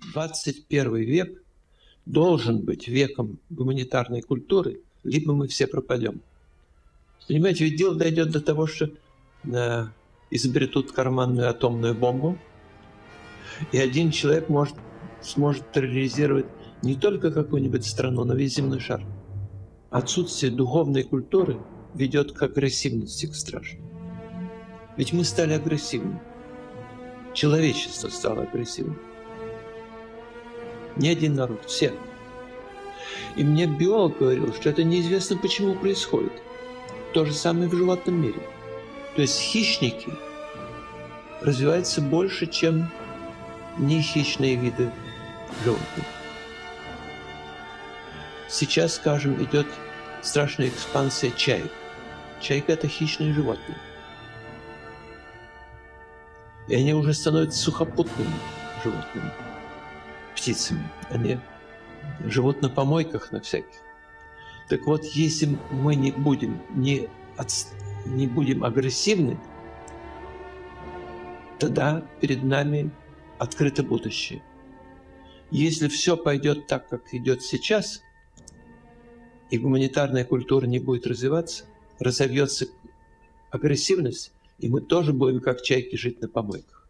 21 век должен быть веком гуманитарной культуры, либо мы все пропадем. Понимаете, ведь дело дойдет до того, что изобретут карманную атомную бомбу, и один человек сможет терроризировать не только какую-нибудь страну, но весь земной шар. Отсутствие духовной культуры ведет к агрессивности, к страшной. Ведь мы стали агрессивны. Человечество стало агрессивным. Не один народ, все. И мне биолог говорил, что это неизвестно, почему происходит. То же самое в животном мире. То есть хищники развиваются больше, чем нехищные виды животных. Сейчас, скажем, идет страшная экспансия чаек. Чайка – это хищные животные. И они уже становятся сухопутными животными, птицами. Они живут на помойках на всяких. Так вот, если мы не будем агрессивны, тогда перед нами открыто будущее. Если все пойдет так, как идет сейчас, и гуманитарная культура не будет развиваться, разовьется агрессивность, и мы тоже будем, как чайки, жить на помойках.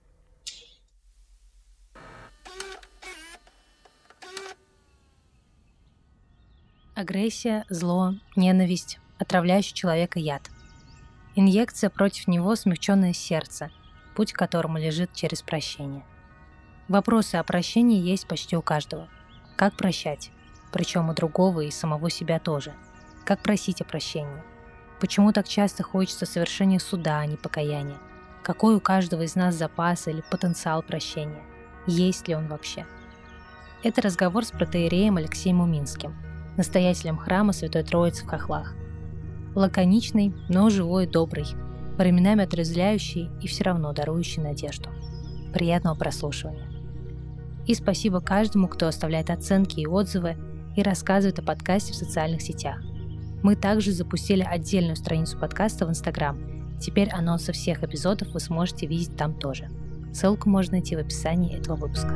Агрессия, зло, ненависть, отравляющий человека яд. Инъекция против него смягченное сердце, путь к которому лежит через прощение. Вопросы о прощении есть почти у каждого. Как прощать? Причем у другого и самого себя тоже. Как просить о прощении? Почему так часто хочется совершения суда, а не покаяния? Какой у каждого из нас запас или потенциал прощения? Есть ли он вообще? Это разговор с протоиереем Алексеем Уминским, настоятелем храма Святой Троицы в Хохлах. Лаконичный, но живой и добрый, временами отрезвляющий и все равно дарующий надежду. Приятного прослушивания. И спасибо каждому, кто оставляет оценки и отзывы и рассказывает о подкасте в социальных сетях. Мы также запустили отдельную страницу подкаста в Instagram. Теперь анонсы всех эпизодов вы сможете видеть там тоже. Ссылку можно найти в описании этого выпуска.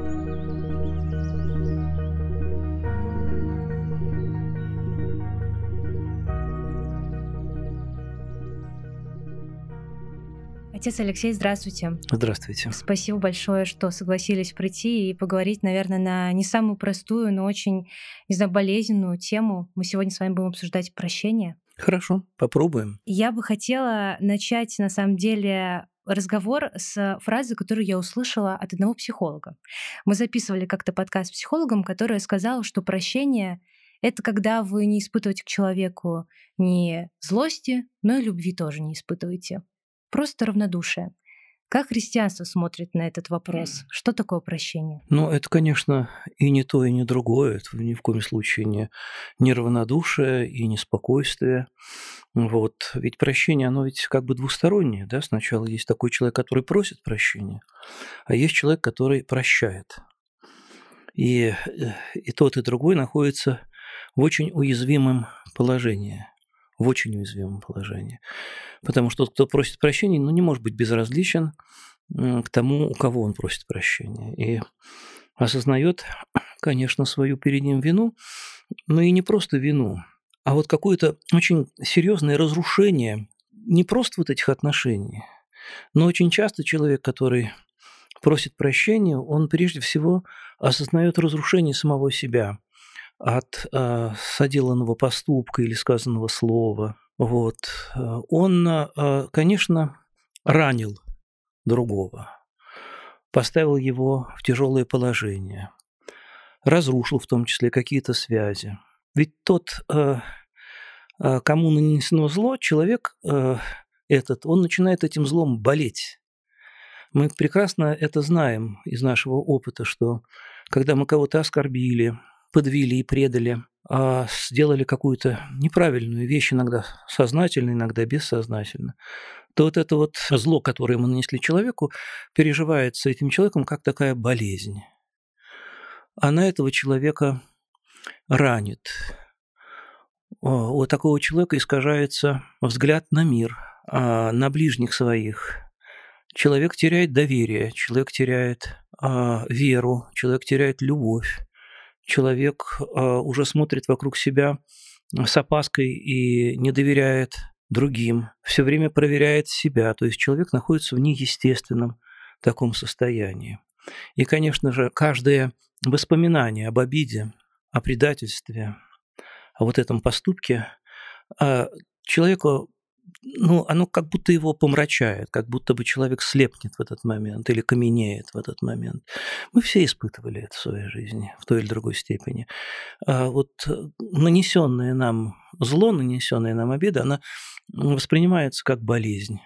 Отец Алексей, здравствуйте. Здравствуйте. Спасибо большое, что согласились прийти и поговорить, наверное, на не самую простую, но очень, не знаю, болезненную тему. Мы сегодня с вами будем обсуждать прощение. Хорошо, попробуем. Я бы хотела начать, на самом деле, разговор с фразы, которую я услышала от одного психолога. Мы записывали как-то подкаст с психологом, который сказал, что прощение — это когда вы не испытываете к человеку ни злости, но и любви тоже не испытываете. Просто равнодушие. Как христианство смотрит на этот вопрос? Что такое прощение? Ну, это, конечно, и не то, и не другое. Это ни в коем случае не равнодушие и не спокойствие. Вот. Ведь прощение, оно ведь как бы двустороннее. Да? Сначала есть такой человек, который просит прощения, а есть человек, который прощает. И тот, и другой находятся в очень уязвимом положении. В очень уязвимом положении. Потому что тот, кто просит прощения, не может быть безразличен к тому, у кого он просит прощения. И осознает, конечно, свою перед ним вину, но и не просто вину, а вот какое-то очень серьезное разрушение не просто вот этих отношений, но очень часто человек, который просит прощения, он прежде всего осознает разрушение самого себя от соделанного поступка или сказанного слова. Вот. Он, конечно, ранил другого, поставил его в тяжелое положение, разрушил в том числе какие-то связи. Ведь тот, кому нанесено зло, человек этот, он начинает этим злом болеть. Мы прекрасно это знаем из нашего опыта, что когда мы кого-то оскорбили, подвели и предали, сделали какую-то неправильную вещь, иногда сознательно, иногда бессознательно, то вот это вот зло, которое мы нанесли человеку, переживается этим человеком как такая болезнь. Она этого человека ранит. У такого человека искажается взгляд на мир, на ближних своих. Человек теряет доверие, человек теряет веру, человек теряет любовь, человек уже смотрит вокруг себя с опаской и не доверяет другим, все время проверяет себя, то есть человек находится в неестественном таком состоянии. И, конечно же, каждое воспоминание об обиде, о предательстве, о вот этом поступке человеку, оно как будто его помрачает, как будто бы человек слепнет в этот момент или каменеет в этот момент. Мы все испытывали это в своей жизни в той или другой степени. Вот нанесенное нам зло, нанесенная нам обида, она воспринимается как болезнь.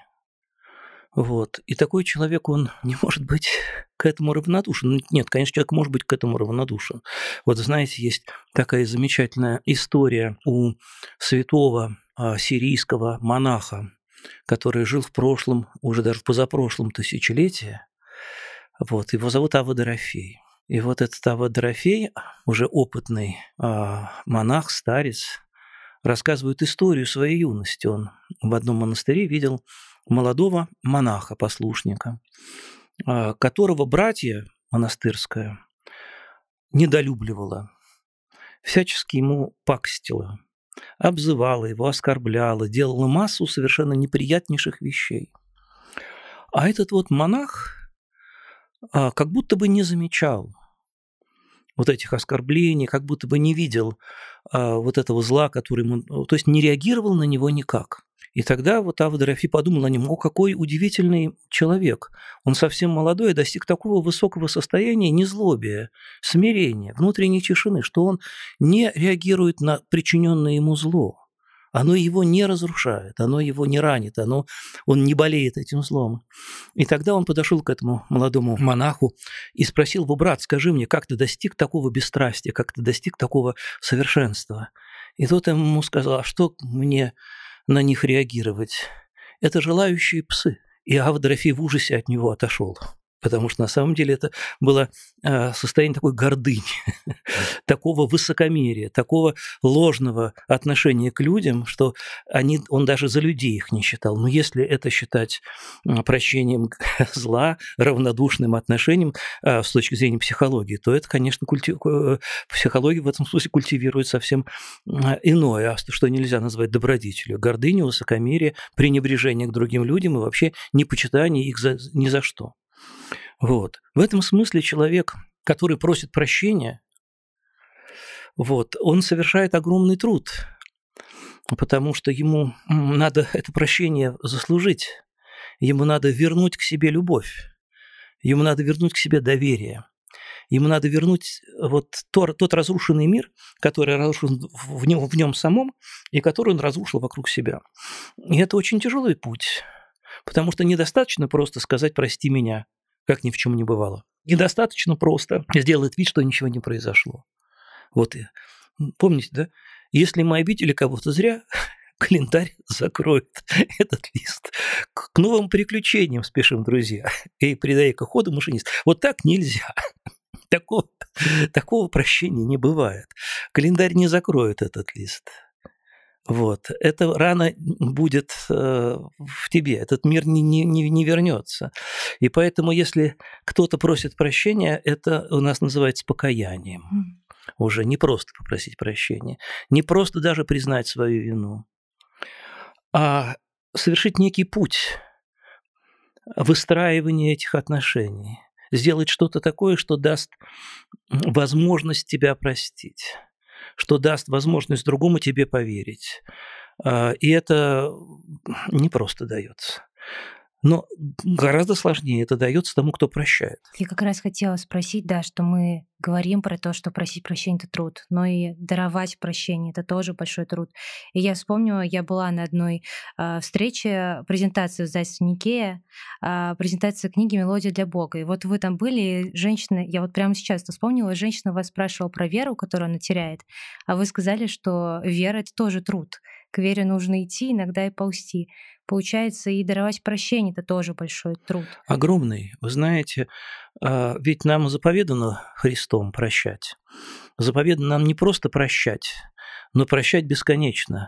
Вот. И такой человек, он не может быть к этому равнодушен. Нет, конечно, человек может быть к этому равнодушен. Вот знаете, есть такая замечательная история у святого сирийского монаха, который жил в прошлом, уже даже в позапрошлом тысячелетии. Вот. Его зовут Авва Дорофей. И вот этот Авва Дорофей, уже опытный монах, старец, рассказывает историю своей юности. Он в одном монастыре видел молодого монаха, послушника, которого братья монастырская недолюбливала, всячески ему пакостила, обзывала его, оскорбляла, делала массу совершенно неприятнейших вещей. А этот вот монах как будто бы не замечал вот этих оскорблений, как будто бы не видел вот этого зла, который ему... То есть не реагировал на него никак. И тогда вот Авва Дорофей подумал о нем: какой удивительный человек. Он совсем молодой и достиг такого высокого состояния незлобия, смирения, внутренней тишины, что он не реагирует на причиненное ему зло. Оно его не разрушает, оно его не ранит, он не болеет этим злом. И тогда он подошел к этому молодому монаху и спросил его: брат, скажи мне, как ты достиг такого бесстрастия, как ты достиг такого совершенства? И тот ему сказал: а что мне на них реагировать? Это желающие псы. И Авва Дорофей в ужасе от него отошел. Потому что на самом деле это было состояние такой гордыни, такого высокомерия, такого ложного отношения к людям, что он даже за людей их не считал. Но если это считать прощением зла, равнодушным отношением с точки зрения психологии, то это, конечно, психология в этом смысле культивирует совсем иное, что нельзя назвать добродетелью. Гордыню, высокомерие, пренебрежение к другим людям и вообще непочитание их ни за что. Вот. В этом смысле человек, который просит прощения, он совершает огромный труд, потому что ему надо это прощение заслужить, ему надо вернуть к себе любовь, ему надо вернуть к себе доверие, ему надо вернуть тот разрушенный мир, который разрушен в нем самом и который он разрушил вокруг себя. И это очень тяжелый путь, потому что недостаточно просто сказать «прости меня», как ни в чем не бывало. Недостаточно просто сделать вид, что ничего не произошло. Помните, да? Если мы обидели кого-то зря, календарь закроет этот лист. К новым приключениям спешим, друзья. И придай-ка ходу, машинист. Вот так нельзя. Такого прощения не бывает. Календарь не закроет этот лист. Это рано будет в тебе, этот мир не вернется. И поэтому, если кто-то просит прощения, это у нас называется покаянием. Уже не просто попросить прощения, не просто даже признать свою вину, а совершить некий путь выстраивания этих отношений, сделать что-то такое, что даст возможность тебя простить, что даст возможность другому тебе поверить. И это не просто дается. Но гораздо сложнее это дается тому, кто прощает. Я как раз хотела спросить, что мы говорим про то, что просить прощения — это труд, но и даровать прощение — это тоже большой труд. И я вспомнила, я была на одной встрече, презентации в издательстве Никея, презентация книги «Мелодия для Бога». И вы там были, женщина, я прямо сейчас это вспомнила, женщина вас спрашивала про веру, которую она теряет, а вы сказали, что вера — это тоже труд. К вере нужно идти, иногда и ползти. Получается, и даровать прощение — это тоже большой труд. Огромный. Вы знаете, ведь нам заповедано Христом прощать. Заповедано нам не просто прощать, но прощать бесконечно.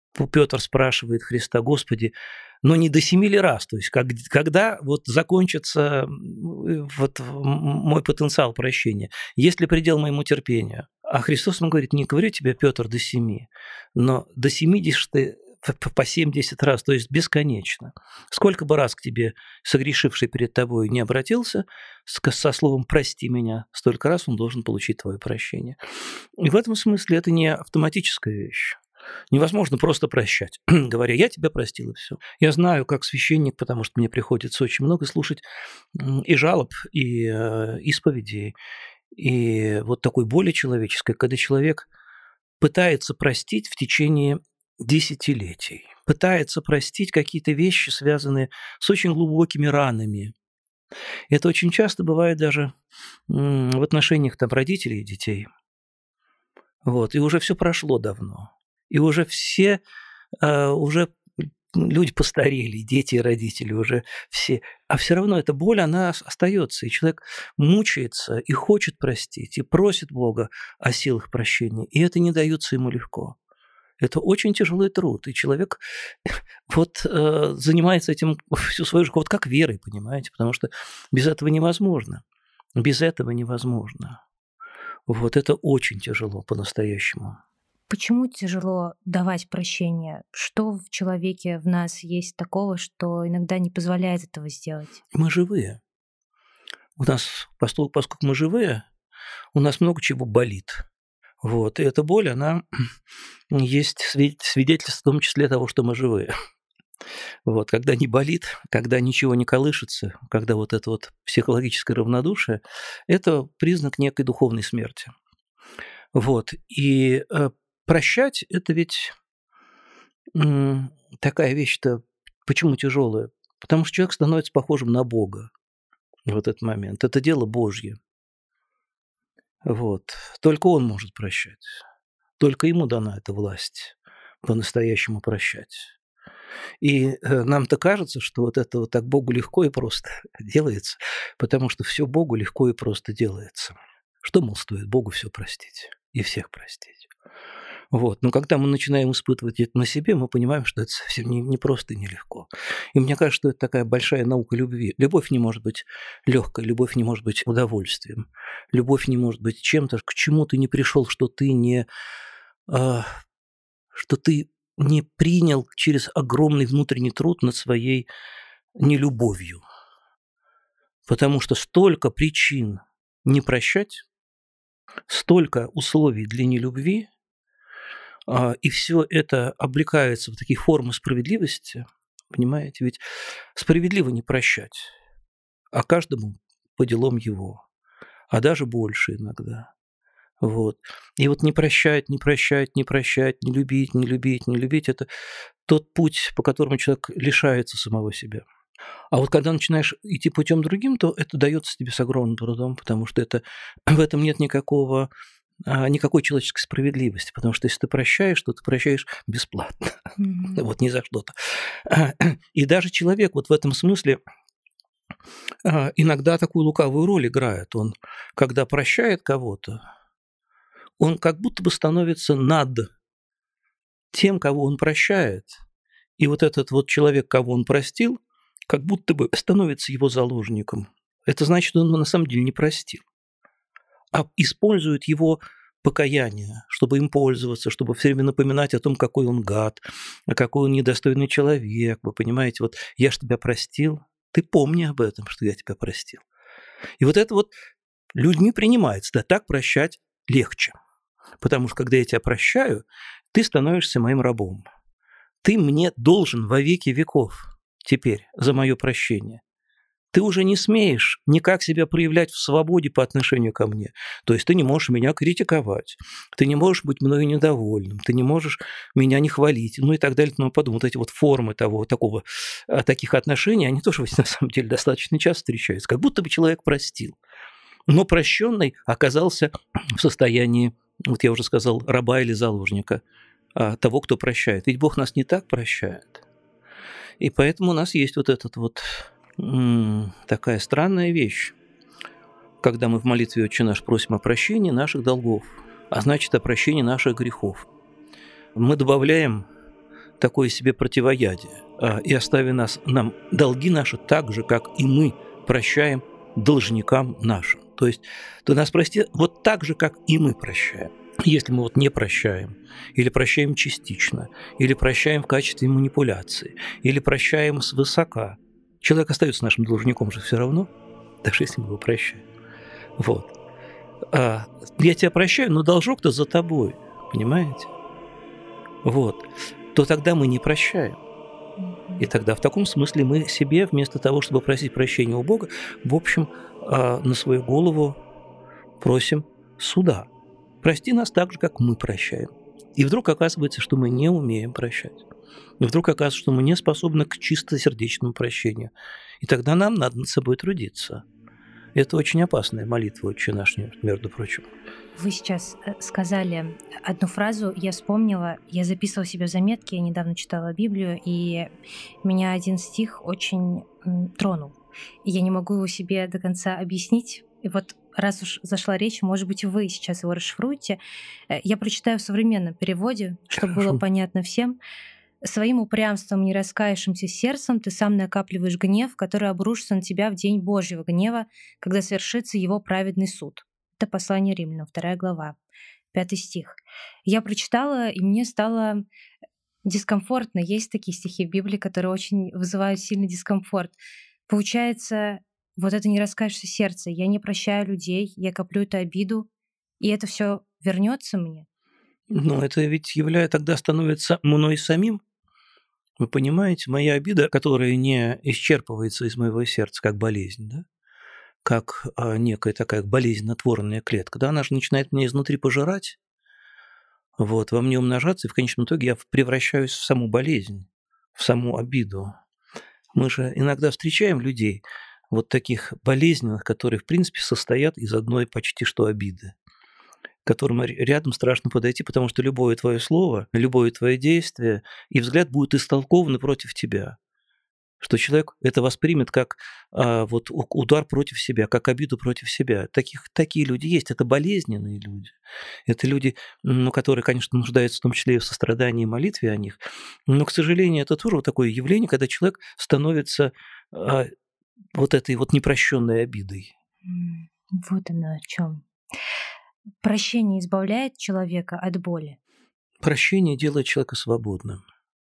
Петр спрашивает Христа: Господи, но не до 7 ли раз? То есть когда вот закончится вот мой потенциал прощения? Есть ли предел моему терпению? А Христос ему говорит: не говорю тебе, Петр, до 7, но до 70 по 70 раз, то есть бесконечно. Сколько бы раз к тебе согрешивший перед тобой не обратился со словом «прости меня», столько раз он должен получить твое прощение. И в этом смысле это не автоматическая вещь. Невозможно просто прощать, говоря: я тебя простил, и все. Я знаю, как священник, потому что мне приходится очень много слушать и жалоб, и исповедей, и вот такой боли человеческой, когда человек пытается простить в течение десятилетий, пытается простить какие-то вещи, связанные с очень глубокими ранами. Это очень часто бывает даже в отношениях там родителей и детей. Вот, и уже все прошло давно. И уже все, уже люди постарели, дети и родители уже все. А все равно эта боль, она остается. И человек мучается и хочет простить, и просит Бога о силах прощения. И это не дается ему легко. Это очень тяжелый труд. И человек вот занимается этим всю свою жизнь, вот как верой, понимаете? Потому что без этого невозможно. Без этого невозможно. Вот это очень тяжело по-настоящему. Почему тяжело давать прощение? Что в человеке, в нас есть такого, что иногда не позволяет этого сделать? Мы живые. У нас, поскольку мы живые, у нас много чего болит. Вот. И эта боль, она есть свидетельство в том числе того, что мы живые. Вот. Когда не болит, когда ничего не колышется, когда вот это вот психологическое равнодушие, это признак некой духовной смерти. Вот. И прощать – это ведь такая вещь-то, почему тяжелая? Потому что человек становится похожим на Бога в этот момент. Это дело Божье. Вот. Только Он может прощать. Только Ему дана эта власть по-настоящему прощать. И нам-то кажется, что вот это вот так Богу легко и просто делается, потому что все Богу легко и просто делается. Что, мол, стоит Богу все простить и всех простить? Вот. Но когда мы начинаем испытывать это на себе, мы понимаем, что это совсем не просто и нелегко. И мне кажется, что это такая большая наука любви. Любовь не может быть легкой, любовь не может быть удовольствием, любовь не может быть чем-то, к чему ты не пришел, что ты не принял через огромный внутренний труд над своей нелюбовью. Потому что столько причин не прощать, столько условий для нелюбви, и все это облекается в такие формы справедливости, понимаете? Ведь справедливо не прощать, а каждому по делам его, а даже больше иногда. Вот. И вот не прощать, не любить – это тот путь, по которому человек лишается самого себя. А вот когда начинаешь идти путем другим, то это дается тебе с огромным трудом, потому что в этом нет никакой человеческой справедливости, потому что если ты прощаешь, то ты прощаешь бесплатно, вот ни за что-то. И даже человек вот в этом смысле иногда такую лукавую роль играет. Он, когда прощает кого-то, он как будто бы становится над тем, кого он прощает. И вот этот вот человек, кого он простил, как будто бы становится его заложником. Это значит, он его на самом деле не простил, а использует его покаяние, чтобы им пользоваться, чтобы все время напоминать о том, какой он гад, какой он недостойный человек. Вы понимаете, вот я ж тебя простил, ты помни об этом, что я тебя простил. И вот это вот людьми принимается, да, так прощать легче. Потому что когда я тебя прощаю, ты становишься моим рабом. Ты мне должен во веки веков теперь за мое прощение. Ты уже не смеешь никак себя проявлять в свободе по отношению ко мне. То есть ты не можешь меня критиковать, ты не можешь быть мною недовольным, ты не можешь меня не хвалить, ну и так далее. Ну, подумай, вот эти вот формы таких отношений, они тоже на самом деле достаточно часто встречаются. Как будто бы человек простил. Но прощенный оказался в состоянии, вот я уже сказал, раба или заложника, того, кто прощает. Ведь Бог нас не так прощает. И поэтому у нас есть вот этот вот такая странная вещь, когда мы в молитве «Отче наш» просим о прощении наших долгов, а значит, о прощении наших грехов. Мы добавляем такое себе противоядие. И остави нам долги наши так же, как и мы прощаем должникам нашим. То есть ты нас прости вот так же, как и мы прощаем. Если мы вот не прощаем, или прощаем частично, или прощаем в качестве манипуляции, или прощаем свысока, человек остается нашим должником же все равно, даже если мы его прощаем. Вот. Я тебя прощаю, но должок-то за тобой, понимаете? Вот. То тогда мы не прощаем. И тогда в таком смысле мы себе, вместо того, чтобы просить прощения у Бога, в общем, на свою голову просим суда. Прости нас так же, как мы прощаем. И вдруг оказывается, что мы не умеем прощать. И вдруг оказывается, что мы не способны к чистосердечному прощению. И тогда нам надо над собой трудиться. Это очень опасная молитва, «Отче наш», между прочим. Вы сейчас сказали одну фразу, я вспомнила, я записывала себе заметки, я недавно читала Библию, и меня один стих очень тронул. И я не могу его себе до конца объяснить. И вот раз уж зашла речь, может быть, вы сейчас его расшифруете. Я прочитаю в современном переводе, чтобы было понятно всем. «Своим упрямством, не раскаявшимся сердцем ты сам накапливаешь гнев, который обрушится на тебя в день Божьего гнева, когда свершится его праведный суд». Это послание Римлянам, 2 глава, 5 стих. Я прочитала, и мне стало дискомфортно. Есть такие стихи в Библии, которые очень вызывают сильный дискомфорт. Получается, вот это не раскаявшееся сердце. Я не прощаю людей, я коплю эту обиду, и это все вернется мне. Но это ведь тогда становится мной самим. Вы понимаете, моя обида, которая не исчерпывается из моего сердца как болезнь, да? Как некая такая болезненно-творная клетка, да? Она же начинает меня изнутри пожирать, вот, во мне умножаться, и в конечном итоге я превращаюсь в саму болезнь, в саму обиду. Мы же иногда встречаем людей вот таких болезненных, которые, в принципе, состоят из одной почти что обиды, к которым рядом страшно подойти, потому что любое твое слово, любое твое действие и взгляд будут истолкованы против тебя. Что человек это воспримет как вот удар против себя, как обиду против себя. Такие люди есть, это болезненные люди. Это люди, которые, конечно, нуждаются в том числе и в сострадании и молитве о них. Но, к сожалению, это тоже вот такое явление, когда человек становится вот этой вот непрощенной обидой. Вот оно о чем. Прощение избавляет человека от боли? Прощение делает человека свободным.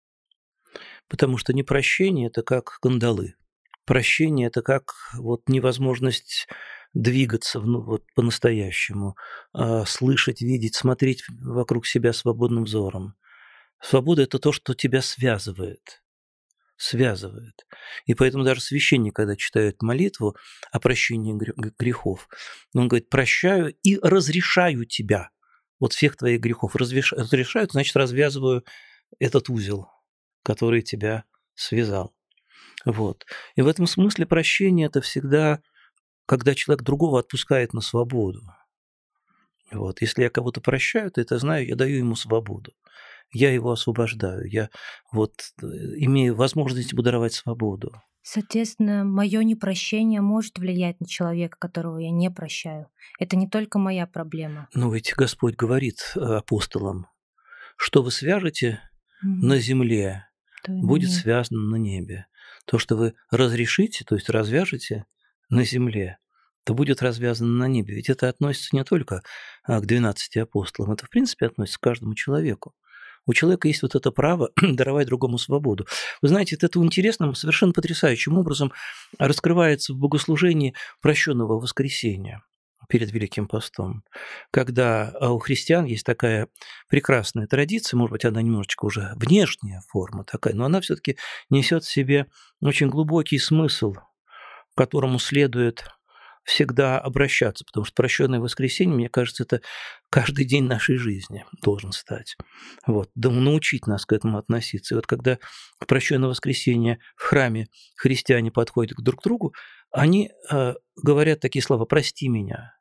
Потому что непрощение – это как кандалы. Прощение – это как вот невозможность двигаться вот по-настоящему, слышать, видеть, смотреть вокруг себя свободным взором. Свобода – это то, что тебя связывает. Связывает. И поэтому даже священник, когда читает молитву о прощении грехов, он говорит: «Прощаю и разрешаю тебя от всех твоих грехов». Разрешают, значит, развязываю этот узел, который тебя связал. Вот. И в этом смысле прощение – это всегда, когда человек другого отпускает на свободу. Вот. Если я кого-то прощаю, то это знаю, я даю ему свободу. Я его освобождаю. Я вот имею возможность ему даровать свободу. Соответственно, мое непрощение может влиять на человека, которого я не прощаю. Это не только моя проблема. Но ведь Господь говорит апостолам, что вы свяжете на земле, будет связано на небе. То, что вы разрешите, то есть развяжете на земле, то будет развязано на небе. Ведь это относится не только к 12 апостолам, это в принципе относится к каждому человеку. У человека есть вот это право даровать другому свободу. Вы знаете, это интересным, совершенно потрясающим образом раскрывается в богослужении прощенного воскресения перед Великим постом, когда у христиан есть такая прекрасная традиция, может быть, она немножечко уже внешняя форма такая, но она все-таки несет в себе очень глубокий смысл, к которому следует всегда обращаться, потому что прощенное воскресенье, мне кажется, это каждый день нашей жизни должен стать. Вот, да научить нас к этому относиться. И вот когда в прощенное воскресенье в храме христиане подходят друг к другу, они говорят такие слова: «Прости меня».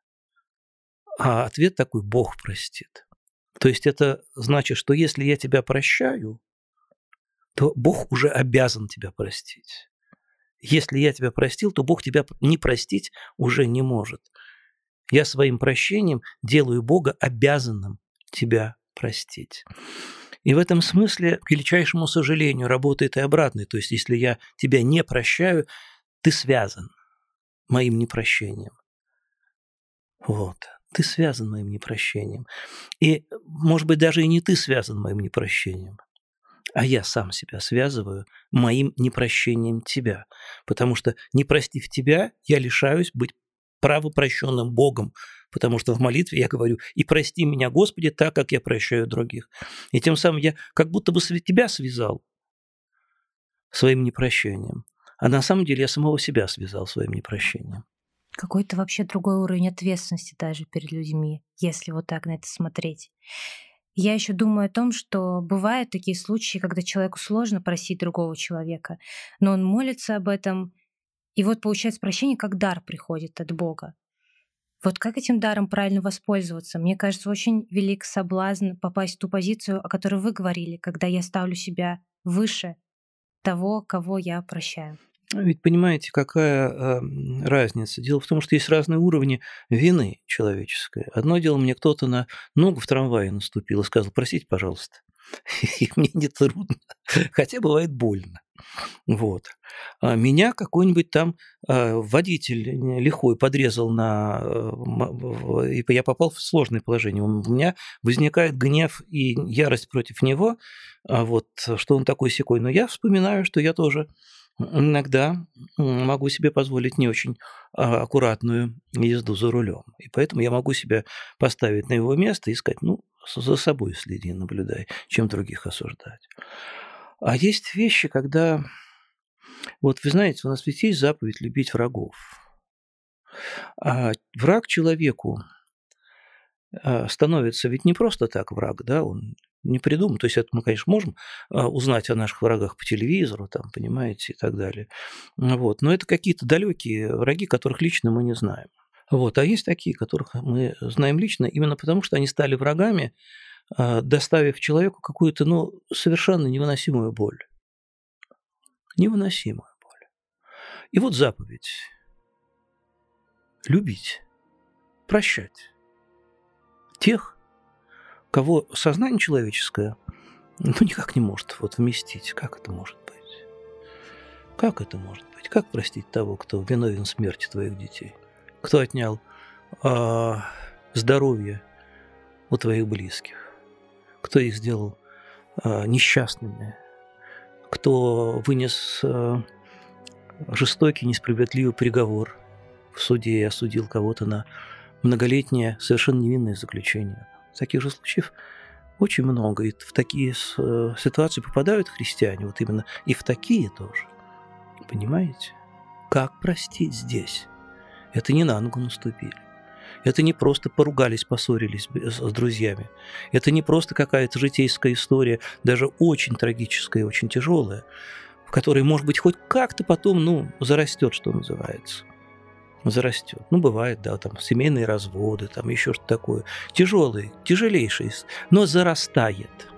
А ответ такой: Бог простит. То есть это значит, что если я тебя прощаю, то Бог уже обязан тебя простить. Если я тебя простил, то Бог тебя не простить уже не может. Я своим прощением делаю Бога обязанным тебя простить. И в этом смысле, к величайшему сожалению, работает и обратное. То есть, если я тебя не прощаю, ты связан моим непрощением. Вот. Ты связан моим непрощением. И, может быть, даже и не ты связан моим непрощением, а я сам себя связываю моим непрощением тебя. Потому что, не простив тебя, я лишаюсь быть правопрощенным Богом. Потому что в молитве я говорю: «И прости меня, Господи, так, как я прощаю других». И тем самым я как будто бы тебя связал своим непрощением. А на самом деле я самого себя связал своим непрощением. Какой-то вообще другой уровень ответственности даже перед людьми, если вот так на это смотреть. Я еще думаю о том, что бывают такие случаи, когда человеку сложно простить другого человека, но он молится об этом, и вот получается прощение как дар приходит от Бога. Вот как этим даром правильно воспользоваться? Мне кажется, очень велик соблазн попасть в ту позицию, о которой вы говорили, когда я ставлю себя выше того, кого я прощаю. Ведь понимаете, какая разница? Дело в том, что есть разные уровни вины человеческой. Одно дело, мне кто-то на ногу в трамвае наступил и сказал: «Простите, пожалуйста». И мне не трудно, хотя бывает больно. Вот. А меня какой-нибудь там водитель лихой подрезал и я попал в сложное положение. У меня возникает гнев и ярость против него, вот, что он такой-сякой. Но я вспоминаю, что я тоже иногда могу себе позволить не очень аккуратную езду за рулем. И поэтому я могу себя поставить на его место и сказать: ну, за собой следи, наблюдай, чем других осуждать. А есть вещи, когда... Вот вы знаете, у нас ведь есть заповедь любить врагов. А враг человеку становится ведь не просто так враг, да, он не придуман. То есть это мы, конечно, можем узнать о наших врагах по телевизору, там, понимаете, и так далее. Вот. Но это какие-то далекие враги, которых лично мы не знаем. Вот. А есть такие, которых мы знаем лично, именно потому, что они стали врагами, доставив человеку какую-то, ну, совершенно невыносимую боль. Невыносимую боль. И вот заповедь. Любить, прощать тех, кого сознание человеческое никак не может вот вместить. Как это может быть? Как это может быть? Как простить того, кто виновен в смерти твоих детей? Кто отнял здоровье у твоих близких? Кто их сделал несчастными? Кто вынес жестокий, несправедливый приговор в суде и осудил кого-то на многолетнее, совершенно невинное заключение? Таких же случаев очень много. И в такие ситуации попадают христиане, вот именно и в такие тоже. Понимаете? Как простить здесь? Это не на ногу наступили. Это не просто поругались, поссорились с друзьями. Это не просто какая-то житейская история, даже очень трагическая, очень тяжелая, в которой, может быть, хоть как-то потом, зарастет, что называется. Зарастет. Бывает, да, там семейные разводы, там еще что-то такое. Тяжелые, тяжелейшие, но зарастает.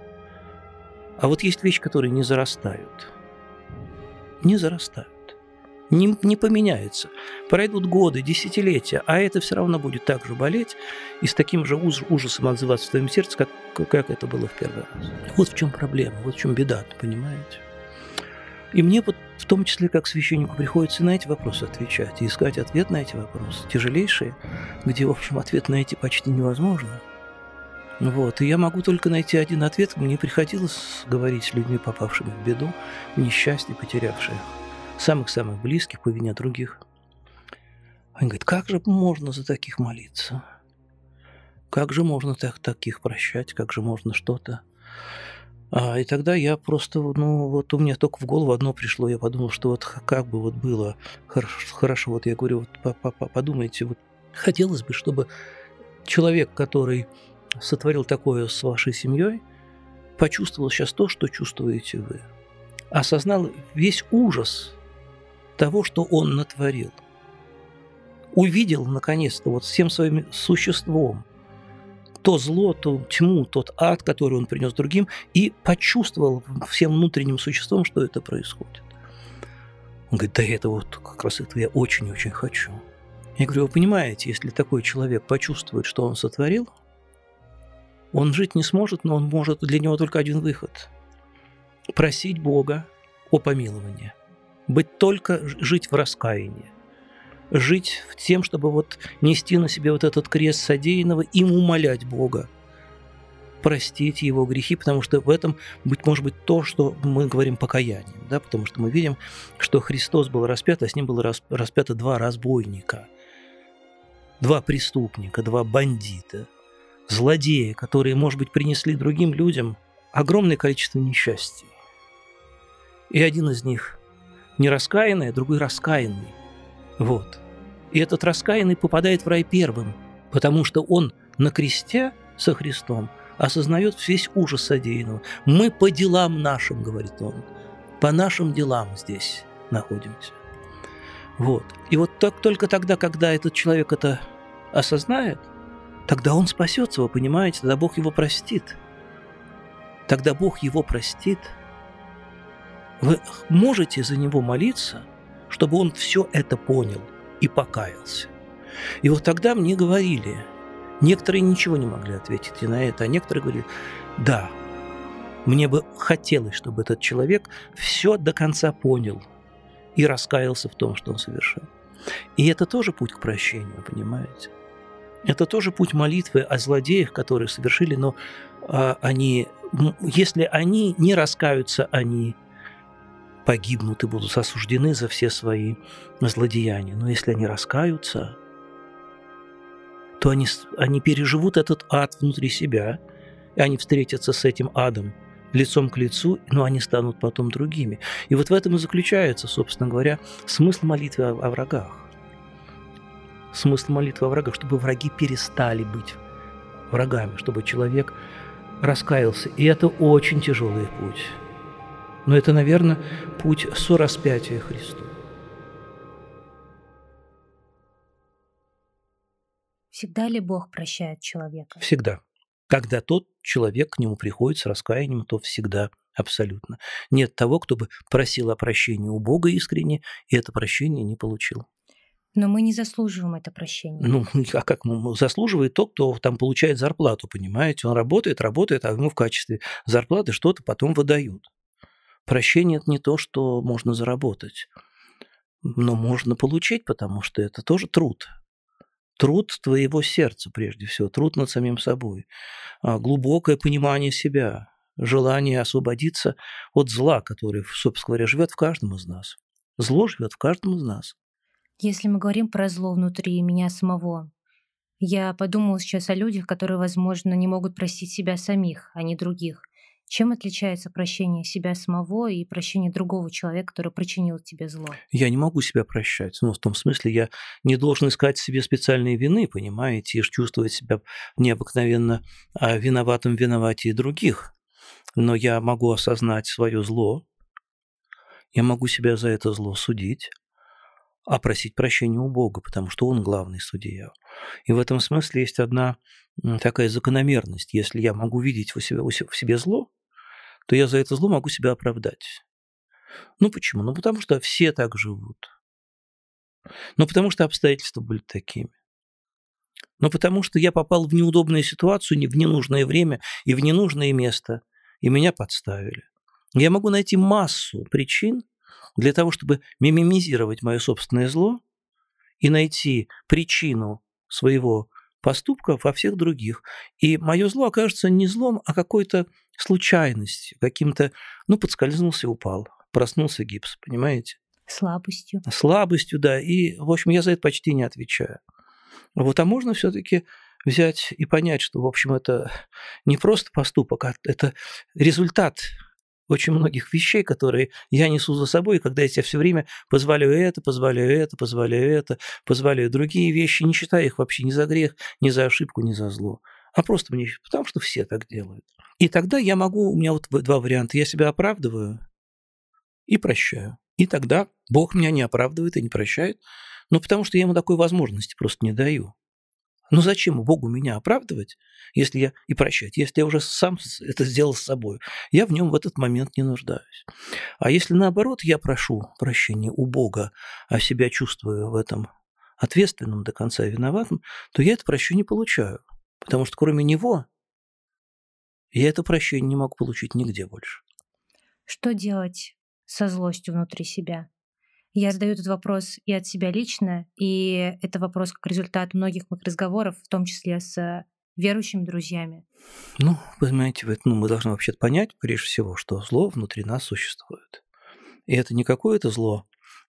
А вот есть вещи, которые не зарастают. Не зарастают. Не поменяются. Пройдут годы, десятилетия, а это все равно будет так же болеть и с таким же ужасом отзываться в твоем сердце, как это было в первый раз. Вот в чем проблема, вот в чем беда, понимаете? И мне вот в том числе как священнику приходится на эти вопросы отвечать и искать ответ на эти вопросы, тяжелейшие, где, в общем, ответ найти почти невозможно. Вот. И я могу только найти один ответ. Мне приходилось говорить с людьми, попавшими в беду, в несчастье, потерявших самых-самых близких по вине других. Они говорят: как же можно за таких молиться? Как же можно таких прощать? Как же можно что-то? И тогда я просто, вот у меня только в голову одно пришло. Я подумал, что вот как бы вот было хорошо. Вот я говорю: вот подумайте, вот хотелось бы, чтобы человек, который сотворил такое с вашей семьей, почувствовал сейчас то, что чувствуете вы. Осознал весь ужас того, что он натворил. Увидел, наконец-то, вот всем своим существом то зло, ту тьму, тот ад, который он принес другим, и почувствовал всем внутренним существом, что это происходит. Он говорит: да это вот как раз это я очень-очень хочу. Я говорю: вы понимаете, если такой человек почувствует, что он сотворил, Он жить не сможет, но он может, для него только один выход – просить Бога о помиловании, жить в раскаянии, жить в тем, чтобы вот нести на себе вот этот крест содеянного и умолять Бога простить его грехи, потому что в этом может быть то, что мы говорим покаянием, да, потому что мы видим, что Христос был распят, а с ним было распято два разбойника, два преступника, два бандита, злодеи, которые, может быть, принесли другим людям огромное количество несчастий. И один из них не раскаянный, а другой раскаянный. Вот. И этот раскаянный попадает в рай первым, потому что он на кресте со Христом осознает весь ужас содеянного. Мы по делам нашим, говорит он, по нашим делам здесь находимся. Вот. И вот только тогда, когда этот человек это осознает, тогда он спасется, вы понимаете, тогда Бог его простит. Тогда Бог его простит. Вы можете за него молиться, чтобы он все это понял и покаялся. И вот тогда мне говорили, некоторые ничего не могли ответить и на это, а некоторые говорили, да, мне бы хотелось, чтобы этот человек все до конца понял и раскаялся в том, что он совершил. И это тоже путь к прощению, понимаете? Это тоже путь молитвы о злодеях, которые совершили, но если они не раскаются, они погибнут и будут осуждены за все свои злодеяния. Но если они раскаются, то они переживут этот ад внутри себя, и они встретятся с этим адом лицом к лицу, но они станут потом другими. И вот в этом и заключается, собственно говоря, смысл молитвы о врагах. Смысл молитвы о врагах, чтобы враги перестали быть врагами, чтобы человек раскаялся. И это очень тяжелый путь. Но это, наверное, путь сораспятия Христу. Всегда ли Бог прощает человека? Всегда. Когда тот человек к нему приходит с раскаянием, то всегда, абсолютно. Нет того, кто бы просил о прощении у Бога искренне, и это прощение не получил. Но мы не заслуживаем это прощение. Ну, а как заслуживает тот, кто там получает зарплату, понимаете? Он работает, а ему в качестве зарплаты что-то потом выдают. Прощение – это не то, что можно заработать, но можно получить, потому что это тоже труд. Труд твоего сердца, прежде всего, труд над самим собой, глубокое понимание себя, желание освободиться от зла, которое, собственно говоря, живет в каждом из нас. Зло живет в каждом из нас. Если мы говорим про зло внутри меня самого, я подумала сейчас о людях, которые, возможно, не могут простить себя самих, а не других. Чем отличается прощение себя самого и прощение другого человека, который причинил тебе зло? Я не могу себя прощать. В том смысле, я не должен искать в себе специальные вины, понимаете, и чувствовать себя необыкновенно виноватым виноватее других. Но я могу осознать свое зло, я могу себя за это зло судить, а просить прощения у Бога, потому что Он главный судья. И в этом смысле есть одна такая закономерность. Если я могу видеть в себе зло, то я за это зло могу себя оправдать. Почему? Потому что все так живут. Потому что обстоятельства были такими. Потому что я попал в неудобную ситуацию, в ненужное время и в ненужное место, и меня подставили. Я могу найти массу причин для того, чтобы мимимизировать мое собственное зло и найти причину своего поступка во всех других. И мое зло окажется не злом, а какой-то случайностью, каким-то, подскользнулся, упал, проснулся гипс, понимаете? Слабостью. Слабостью, да. И, в общем, я за это почти не отвечаю. А можно все-таки взять и понять, что, в общем, это не просто поступок, а это результат очень многих вещей, которые я несу за собой, и когда я себе все время позволяю другие вещи, не считая их вообще ни за грех, ни за ошибку, ни за зло, а просто потому что все так делают. И тогда у меня вот два варианта. Я себя оправдываю и прощаю. И тогда Бог меня не оправдывает и не прощает, потому что я ему такой возможности просто не даю. Зачем Богу меня оправдывать, и прощать, если я уже сам это сделал с собой? Я в нем в этот момент не нуждаюсь. А если наоборот я прошу прощения у Бога, а себя чувствую в этом ответственным до конца и виноватым, то я это прощение получаю. Потому что кроме Него Я это прощение не могу получить нигде больше. Что делать со злостью внутри себя? Я задаю этот вопрос и от себя лично, и это вопрос как результат многих моих разговоров, в том числе с верующими друзьями. Ну, вы знаете, мы должны вообще понять, прежде всего, что зло внутри нас существует. И это не какое-то зло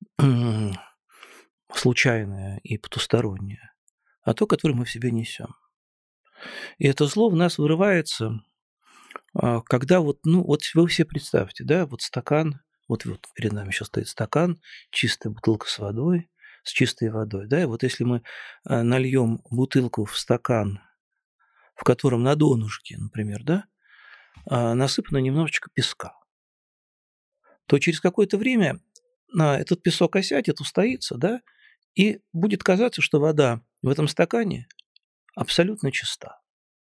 случайное и потустороннее, а то, которое мы в себе несем. И это зло в нас вырывается, когда вот вы все представьте, да, вот стакан, вот перед нами сейчас стоит стакан, чистая бутылка с водой, с чистой водой, да, и вот если мы нальем бутылку в стакан, в котором на донышке, например, да, насыпано немножечко песка, то через какое-то время этот песок осядет, устоится, да, и будет казаться, что вода в этом стакане абсолютно чиста.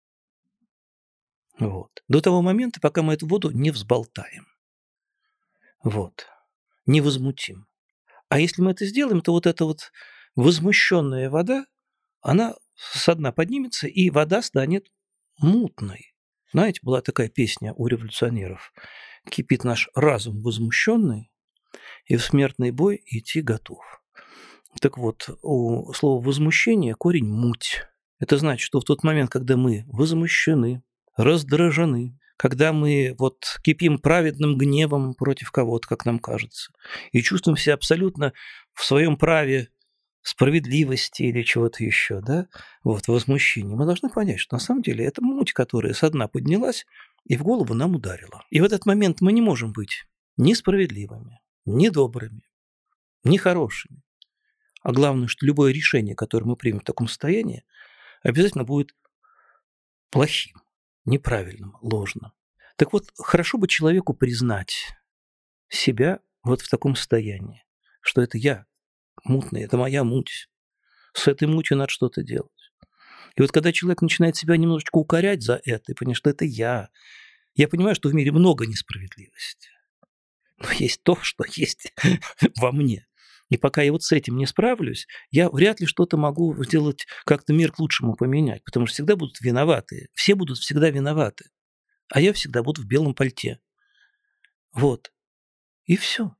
Вот. До того момента, пока мы эту воду не взболтаем. Вот. Не возмутим. А если мы это сделаем, то вот эта вот возмущенная вода, она со дна поднимется, и вода станет мутной. Знаете, была такая песня у революционеров. «Кипит наш разум возмущенный, и в смертный бой идти готов». Так вот, у слова «возмущение» корень «муть». Это значит, что в тот момент, когда мы возмущены, раздражены, когда мы вот кипим праведным гневом против кого-то, как нам кажется, и чувствуем себя абсолютно в своем праве справедливости или чего-то еще, да, вот, возмущение, мы должны понять, что на самом деле это муть, которая со дна поднялась и в голову нам ударила. И в этот момент мы не можем быть ни справедливыми, ни добрыми, ни хорошими. А главное, что любое решение, которое мы примем в таком состоянии, обязательно будет плохим, неправильным, ложным. Так вот, хорошо бы человеку признать себя вот в таком состоянии, что это я мутный, это моя муть. С этой мутью надо что-то делать. И вот когда человек начинает себя немножечко укорять за это, и понимает, что это я понимаю, что в мире много несправедливости. Но есть то, что есть во мне. И пока я вот с этим не справлюсь, я вряд ли что-то могу сделать, как-то мир к лучшему поменять, потому что всегда будут виноватые. Все будут всегда виноваты. А я всегда буду в белом пальте. Вот. И все.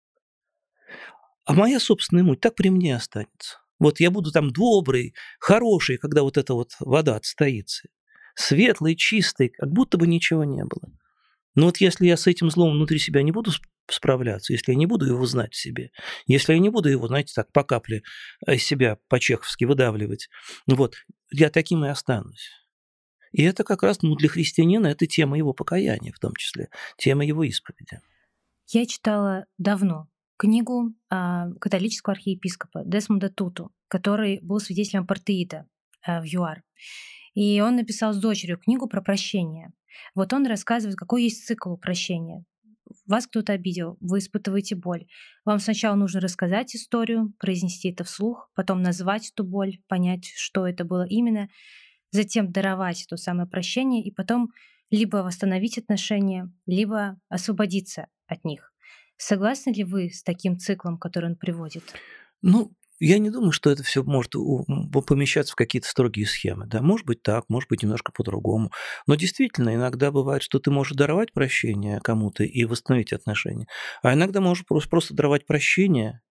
А моя собственная муть так при мне останется. Вот я буду там добрый, хороший, когда вот эта вот вода отстоится. Светлый, чистый, как будто бы ничего не было. Но вот если я с этим злом внутри себя не буду справляться, если я не буду его знать в себе, если я не буду его, знаете, так по капле из себя по-чеховски выдавливать, вот, я таким и останусь. И это как раз для христианина это тема его покаяния, в том числе, тема его исповеди. Я читала давно книгу католического архиепископа Десмонда Туту, который был свидетелем апартеида в ЮАР. И он написал с дочерью книгу про прощение. Вот он рассказывает, какой есть цикл прощения. Вас кто-то обидел, вы испытываете боль. Вам сначала нужно рассказать историю, произнести это вслух, потом назвать эту боль, понять, что это было именно, затем даровать то самое прощение и потом либо восстановить отношения, либо освободиться от них. Согласны ли вы с таким циклом, который он приводит? Ну, я не думаю, что это все может помещаться в какие-то строгие схемы. Да, может быть так, может быть немножко по-другому. Но действительно, иногда бывает, что ты можешь даровать прощение кому-то и восстановить отношения, а иногда можешь просто даровать прощение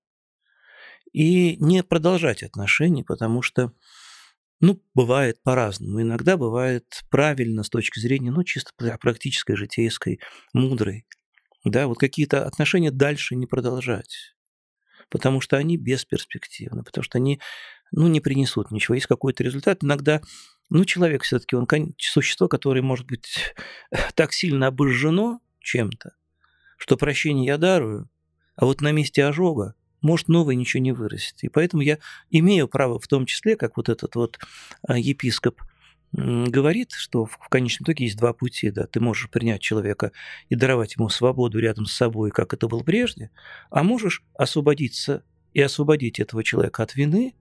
и не продолжать отношения, потому что, бывает по-разному. Иногда бывает правильно с точки зрения, чисто практической, житейской, мудрой. Да, вот какие-то отношения дальше не продолжать. Потому что они бесперспективны, потому что они не принесут ничего. Есть какой-то результат. Иногда человек все-таки, он существо, которое может быть так сильно обожжено чем-то, что прощение я дарую, а вот на месте ожога может новое ничего не вырастет. И поэтому я имею право, в том числе, как вот этот вот епископ говорит, что в конечном итоге есть два пути. Да? Ты можешь принять человека и даровать ему свободу рядом с собой, как это было прежде, а можешь освободиться и освободить этого человека от вины,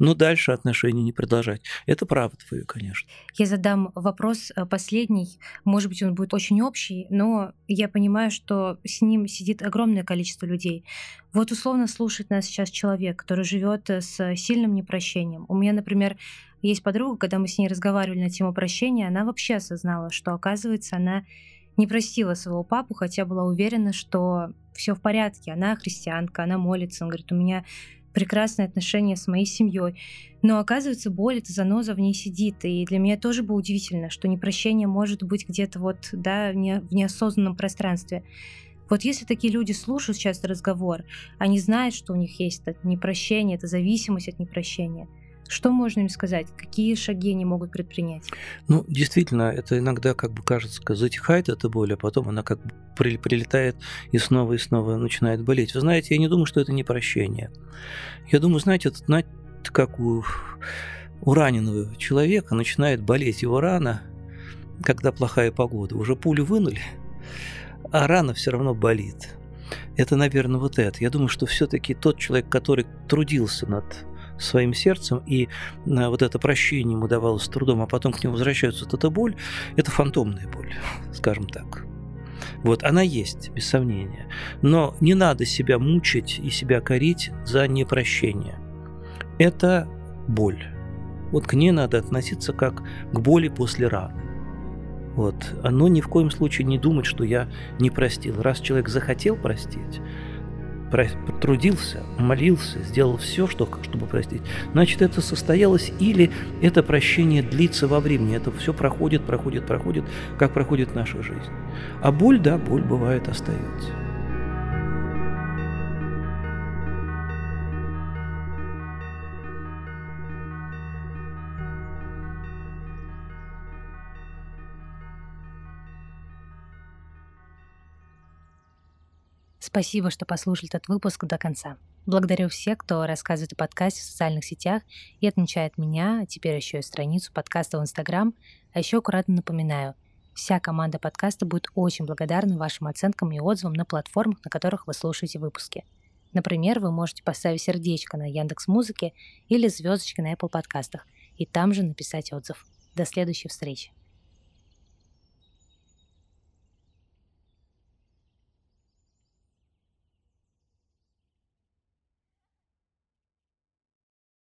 но дальше отношения не продолжать. Это право твое, конечно. Я задам вопрос последний. Может быть, он будет очень общий, но я понимаю, что с ним сидит огромное количество людей. Вот условно слушает нас сейчас человек, который живет с сильным непрощением. У меня, например, есть подруга, когда мы с ней разговаривали на тему прощения, она вообще осознала, что, оказывается, она не простила своего папу, хотя была уверена, что все в порядке. Она христианка, она молится. Он говорит, у меня прекрасные отношения с моей семьей. Но оказывается, боль, эта заноза в ней сидит. И для меня тоже было удивительно, что непрощение может быть где-то вот, да, в неосознанном пространстве. Вот если такие люди слушают сейчас этот разговор, они знают, что у них есть это непрощение, это зависимость от непрощения. Что можно им сказать? Какие шаги они могут предпринять? Ну, действительно, это иногда, как бы кажется, затихает эта боль, а потом она как бы прилетает и снова начинает болеть. Вы знаете, я не думаю, что это непрощение. Я думаю, знаете, это как у раненого человека начинает болеть его рана, когда плохая погода. Уже пулю вынули, а рана все равно болит. Это, наверное, вот это. Я думаю, что все-таки тот человек, который трудился над своим сердцем, и вот это прощение ему давалось с трудом, а потом к нему возвращается вот эта боль, это фантомная боль, скажем так. Вот, она есть, без сомнения. Но не надо себя мучить и себя корить за непрощение. Это боль. Вот к ней надо относиться как к боли после раны. Вот. Но ни в коем случае не думать, что я не простил. Раз человек захотел простить, трудился, молился, сделал все, чтобы простить, значит, это состоялось, или это прощение длится во времени. Это все проходит, как проходит наша жизнь. А боль, да, боль бывает остается. Спасибо, что послушали этот выпуск до конца. Благодарю всех, кто рассказывает о подкасте в социальных сетях и отмечает меня, а теперь еще и страницу подкаста в Инстаграм. А еще аккуратно напоминаю, вся команда подкаста будет очень благодарна вашим оценкам и отзывам на платформах, на которых вы слушаете выпуски. Например, вы можете поставить сердечко на Яндекс.Музыке или звездочки на Apple подкастах и там же написать отзыв. До следующей встречи.